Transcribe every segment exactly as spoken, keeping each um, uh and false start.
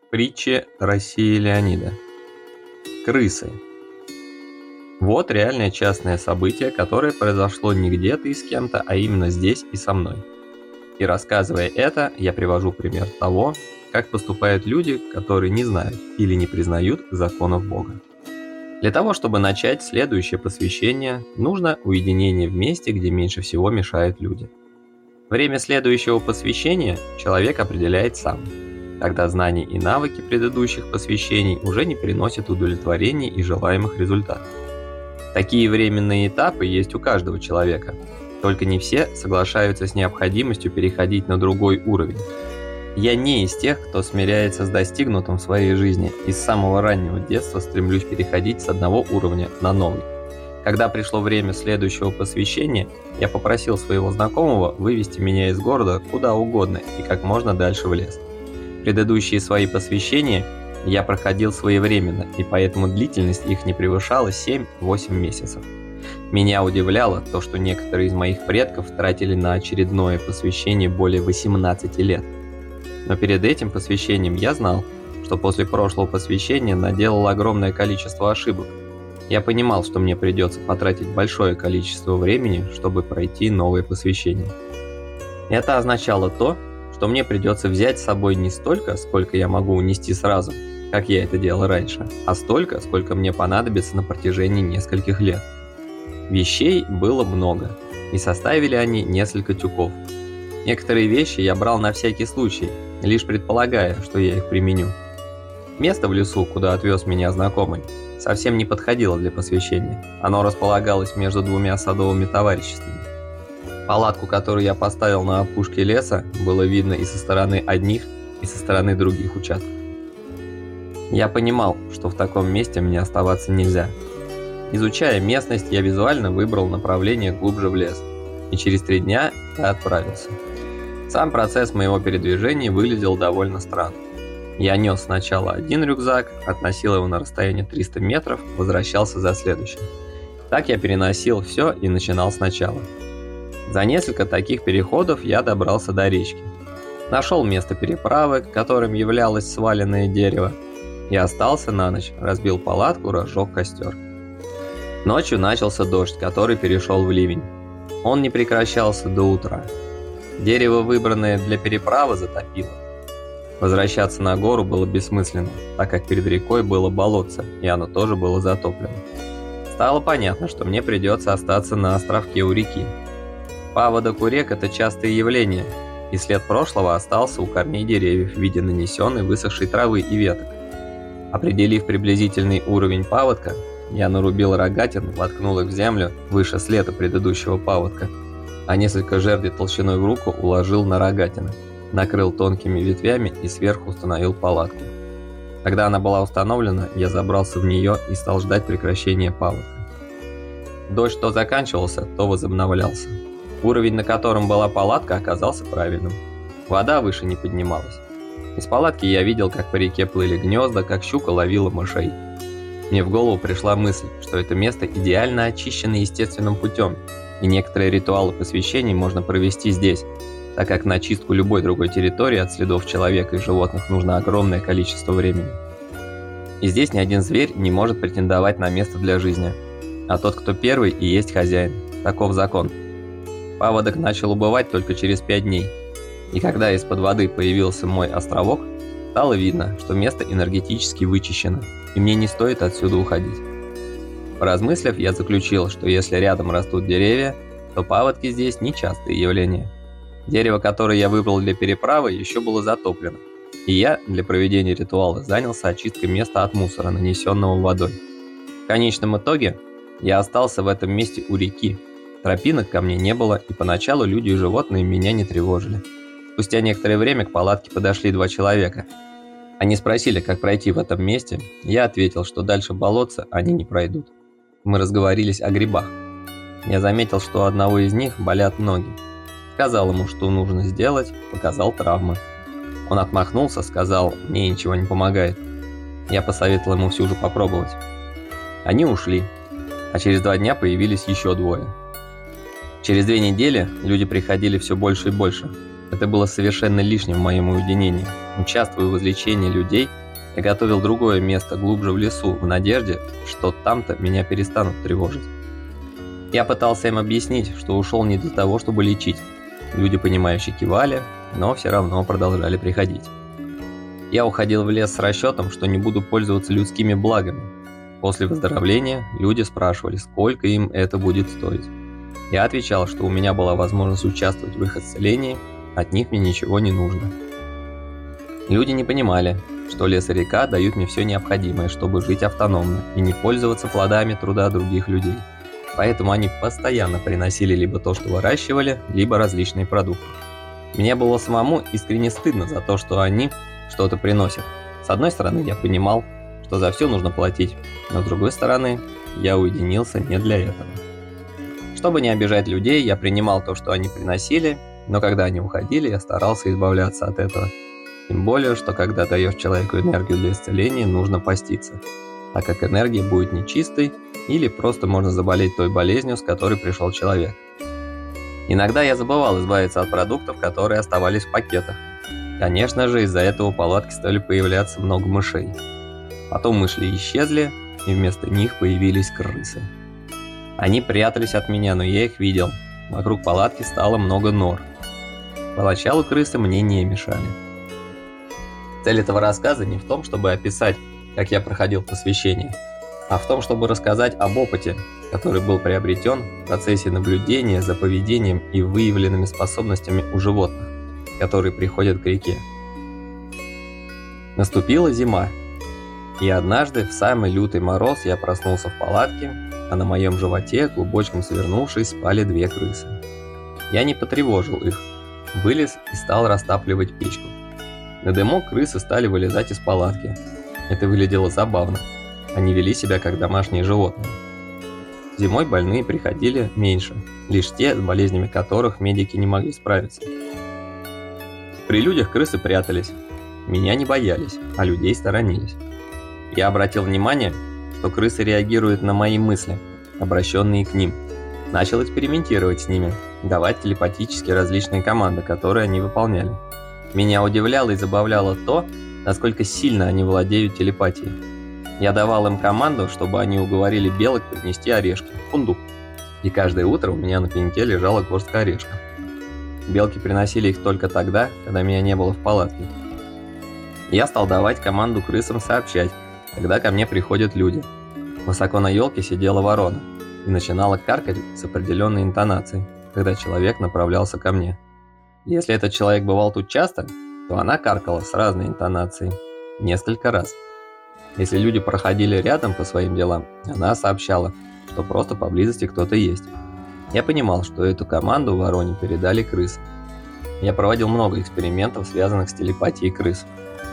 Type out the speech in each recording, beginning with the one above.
Притчи России Леонида. Крысы. Вот реальное частное событие, которое произошло не где-то и с кем-то, а именно здесь и со мной. И рассказывая это, я привожу пример того, как поступают люди, которые не знают или не признают законов Бога. Для того, чтобы начать следующее посвящение, нужно уединение в месте, где меньше всего мешают люди. Время следующего посвящения человек определяет сам, когда знания и навыки предыдущих посвящений уже не приносят удовлетворения и желаемых результатов. Такие временные этапы есть у каждого человека, только не все соглашаются с необходимостью переходить на другой уровень. Я не из тех, кто смиряется с достигнутым в своей жизни, и с самого раннего детства стремлюсь переходить с одного уровня на новый. Когда пришло время следующего посвящения, я попросил своего знакомого вывести меня из города куда угодно и как можно дальше в лес. Предыдущие свои посвящения я проходил своевременно, и поэтому длительность их не превышала семь-восемь месяцев. Меня удивляло то, что некоторые из моих предков тратили на очередное посвящение более восемнадцати лет. Но перед этим посвящением я знал, что после прошлого посвящения наделал огромное количество ошибок. Я понимал, что мне придется потратить большое количество времени, чтобы пройти новое посвящение. Это означало то, что мне придется взять с собой не столько, сколько я могу унести сразу, как я это делал раньше, а столько, сколько мне понадобится на протяжении нескольких лет. Вещей было много, и составили они несколько тюков. Некоторые вещи я брал на всякий случай, лишь предполагая, что я их применю. Место в лесу, куда отвез меня знакомый, совсем не подходило для посвящения. Оно располагалось между двумя садовыми товариществами. Палатку, которую я поставил на опушке леса, было видно и со стороны одних, и со стороны других участков. Я понимал, что в таком месте мне оставаться нельзя. Изучая местность, я визуально выбрал направление глубже в лес, и через три дня я отправился. Сам процесс моего передвижения выглядел довольно странно. Я нес сначала один рюкзак, относил его на расстояние триста метров, возвращался за следующим. Так я переносил все и начинал сначала. За несколько таких переходов я добрался до речки. Нашел место переправы, которым являлось сваленное дерево, и остался на ночь, разбил палатку, разжег костер. Ночью начался дождь, который перешел в ливень. Он не прекращался до утра. Дерево, выбранное для переправы, затопило. Возвращаться на гору было бессмысленно, так как перед рекой было болотце, и оно тоже было затоплено. Стало понятно, что мне придется остаться на островке у реки. Паводок у рек – это частое явление, и след прошлого остался у корней деревьев в виде нанесенной высохшей травы и веток. Определив приблизительный уровень паводка, я нарубил рогатин, воткнул их в землю выше следа предыдущего паводка, а несколько жердей толщиной в руку уложил на рогатины, накрыл тонкими ветвями и сверху установил палатку. Когда она была установлена, я забрался в нее и стал ждать прекращения паводка. Дождь то заканчивался, то возобновлялся. Уровень, на котором была палатка, оказался правильным. Вода выше не поднималась. Из палатки я видел, как по реке плыли гнезда, как щука ловила мышей. Мне в голову пришла мысль, что это место идеально очищено естественным путем, и некоторые ритуалы посвящений можно провести здесь, так как на чистку любой другой территории от следов человека и животных нужно огромное количество времени. И здесь ни один зверь не может претендовать на место для жизни, а тот, кто первый, и есть хозяин. Таков закон. Паводок начал убывать только через пять дней, и когда из-под воды появился мой островок, стало видно, что место энергетически вычищено, и мне не стоит отсюда уходить. Поразмыслив, я заключил, что если рядом растут деревья, то паводки здесь нечастые явления. Дерево, которое я выбрал для переправы, еще было затоплено, и я для проведения ритуала занялся очисткой места от мусора, нанесенного водой. В конечном итоге я остался в этом месте у реки. Тропинок ко мне не было, и поначалу люди и животные меня не тревожили. Спустя некоторое время к палатке подошли два человека. Они спросили, как пройти в этом месте. Я ответил, что дальше болотца они не пройдут. Мы разговорились о грибах. Я заметил, что у одного из них болят ноги. Сказал ему, что нужно сделать, показал травмы. Он отмахнулся, сказал, мне ничего не помогает. Я посоветовал ему все же попробовать. Они ушли, а через два дня появились еще двое. Через две недели люди приходили все больше и больше. Это было совершенно лишним в моем уединении. Участвуя в излечении людей, я готовил другое место глубже в лесу, в надежде, что там-то меня перестанут тревожить. Я пытался им объяснить, что ушел не для того, чтобы лечить. Люди, понимающие, кивали, но все равно продолжали приходить. Я уходил в лес с расчетом, что не буду пользоваться людскими благами. После выздоровления люди спрашивали, сколько им это будет стоить. Я отвечал, что у меня была возможность участвовать в их исцелении, от них мне ничего не нужно. Люди не понимали, что лес и река дают мне все необходимое, чтобы жить автономно и не пользоваться плодами труда других людей. Поэтому они постоянно приносили либо то, что выращивали, либо различные продукты. Мне было самому искренне стыдно за то, что они что-то приносят. С одной стороны, я понимал, что за все нужно платить, но с другой стороны, я уединился не для этого. Чтобы не обижать людей, я принимал то, что они приносили, но когда они уходили, я старался избавляться от этого. Тем более, что когда даешь человеку энергию для исцеления, нужно поститься, так как энергия будет нечистой или просто можно заболеть той болезнью, с которой пришел человек. Иногда я забывал избавиться от продуктов, которые оставались в пакетах. Конечно же, из-за этого в палатке стали появляться много мышей. Потом мыши исчезли, и вместо них появились крысы. Они прятались от меня, но я их видел. Вокруг палатки стало много нор. Поначалу крысы мне не мешали. Цель этого рассказа не в том, чтобы описать, как я проходил посвящение, а в том, чтобы рассказать об опыте, который был приобретен в процессе наблюдения за поведением и выявленными способностями у животных, которые приходят к реке. Наступила зима, и однажды в самый лютый мороз я проснулся в палатке, а на моем животе, клубочком свернувшись, спали две крысы. Я не потревожил их, вылез и стал растапливать печку. На дымок крысы стали вылезать из палатки. Это выглядело забавно. Они вели себя как домашние животные. Зимой больные приходили меньше, лишь те, с болезнями которых медики не могли справиться. При людях крысы прятались. Меня не боялись, а людей сторонились. Я обратил внимание, что крысы реагируют на мои мысли, обращенные к ним. Начал экспериментировать с ними, давать телепатически различные команды, которые они выполняли. Меня удивляло и забавляло то, насколько сильно они владеют телепатией. Я давал им команду, чтобы они уговорили белок принести орешки, фундук. И каждое утро у меня на пеньке лежала горстка орешков. Белки приносили их только тогда, когда меня не было в палатке. Я стал давать команду крысам сообщать, когда ко мне приходят люди. Высоко на елке сидела ворона и начинала каркать с определенной интонацией, когда человек направлялся ко мне. Если этот человек бывал тут часто, то она каркала с разной интонацией, несколько раз. Если люди проходили рядом по своим делам, она сообщала, что просто поблизости кто-то есть. Я понимал, что эту команду вороне передали крысы. Я проводил много экспериментов, связанных с телепатией крыс.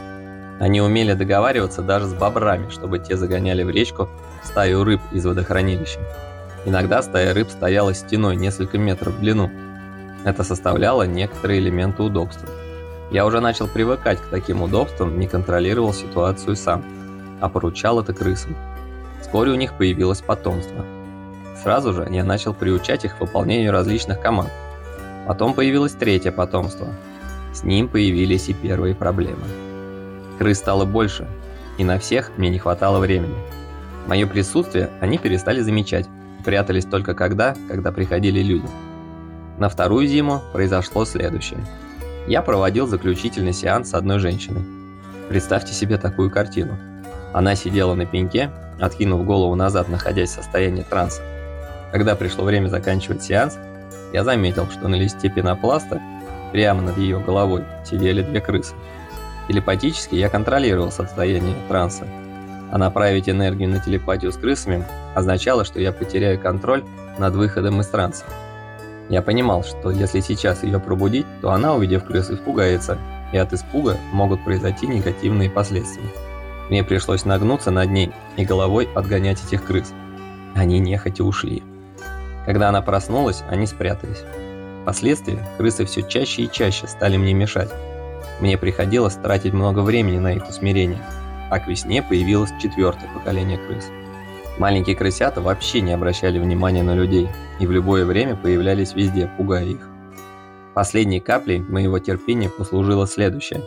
Они умели договариваться даже с бобрами, чтобы те загоняли в речку стаю рыб из водохранилища. Иногда стая рыб стояла стеной несколько метров в длину. Это составляло некоторые элементы удобства. Я уже начал привыкать к таким удобствам, не контролировал ситуацию сам, а поручал это крысам. Вскоре у них появилось потомство. Сразу же я начал приучать их к выполнению различных команд. Потом появилось третье потомство. С ним появились и первые проблемы. Крыс стало больше, и на всех мне не хватало времени. Мое присутствие они перестали замечать, прятались только когда, когда приходили люди. На вторую зиму произошло следующее. Я проводил заключительный сеанс с одной женщиной. Представьте себе такую картину. Она сидела на пеньке, откинув голову назад, находясь в состоянии транса. Когда пришло время заканчивать сеанс, я заметил, что на листе пенопласта, прямо над ее головой, сидели две крысы. Телепатически я контролировал состояние транса, а направить энергию на телепатию с крысами означало, что я потеряю контроль над выходом из транса. Я понимал, что если сейчас ее пробудить, то она, увидев крыс, испугается, и от испуга могут произойти негативные последствия. Мне пришлось нагнуться над ней и головой отгонять этих крыс. Они нехотя ушли. Когда она проснулась, они спрятались. Впоследствии крысы все чаще и чаще стали мне мешать. Мне приходилось тратить много времени на их усмирение, а к весне появилось четвертое поколение крыс. Маленькие крысята вообще не обращали внимания на людей и в любое время появлялись везде, пугая их. Последней каплей моего терпения послужило следующее.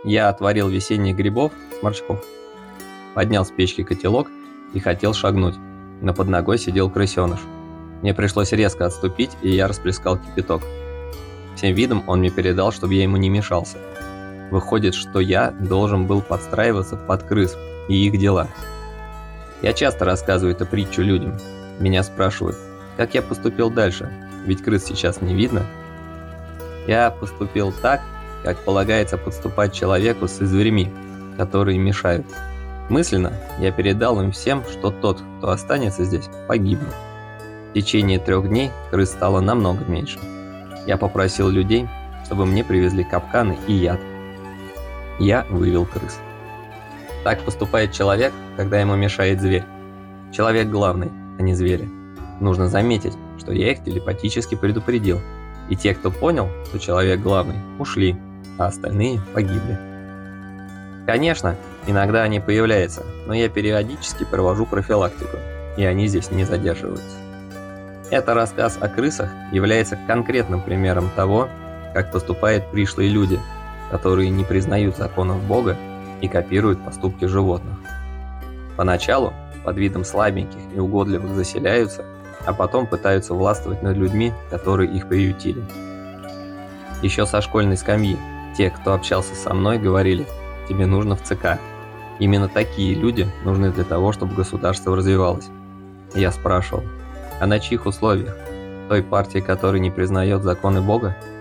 Я отварил весенних грибов, сморчков, поднял с печки котелок и хотел шагнуть, но под ногой сидел крысеныш. Мне пришлось резко отступить, и я расплескал кипяток. Всем видом он мне передал, чтобы я ему не мешался. Выходит, что я должен был подстраиваться под крыс и их дела. Я часто рассказываю эту притчу людям. Меня спрашивают, как я поступил дальше, ведь крыс сейчас не видно. Я поступил так, как полагается подступать человеку с зверьми, которые мешают. Мысленно я передал им всем, что тот, кто останется здесь, погибнет. В течение трех дней крыс стало намного меньше. Я попросил людей, чтобы мне привезли капканы и яд. Я вывел крыс. Так поступает человек, когда ему мешает зверь. Человек главный, а не звери. Нужно заметить, что я их телепатически предупредил. И те, кто понял, что человек главный, ушли, а остальные погибли. Конечно, иногда они появляются, но я периодически провожу профилактику, и они здесь не задерживаются. Этот рассказ о крысах является конкретным примером того, как поступают пришлые люди, которые не признают законов Бога и копируют поступки животных. Поначалу под видом слабеньких и угодливых заселяются, а потом пытаются властвовать над людьми, которые их приютили. Еще со школьной скамьи те, кто общался со мной, говорили: тебе нужно в ЦК. Именно такие люди нужны для того, чтобы государство развивалось. Я спрашивал, а на чьих условиях? Той партии, которая не признает законы Бога?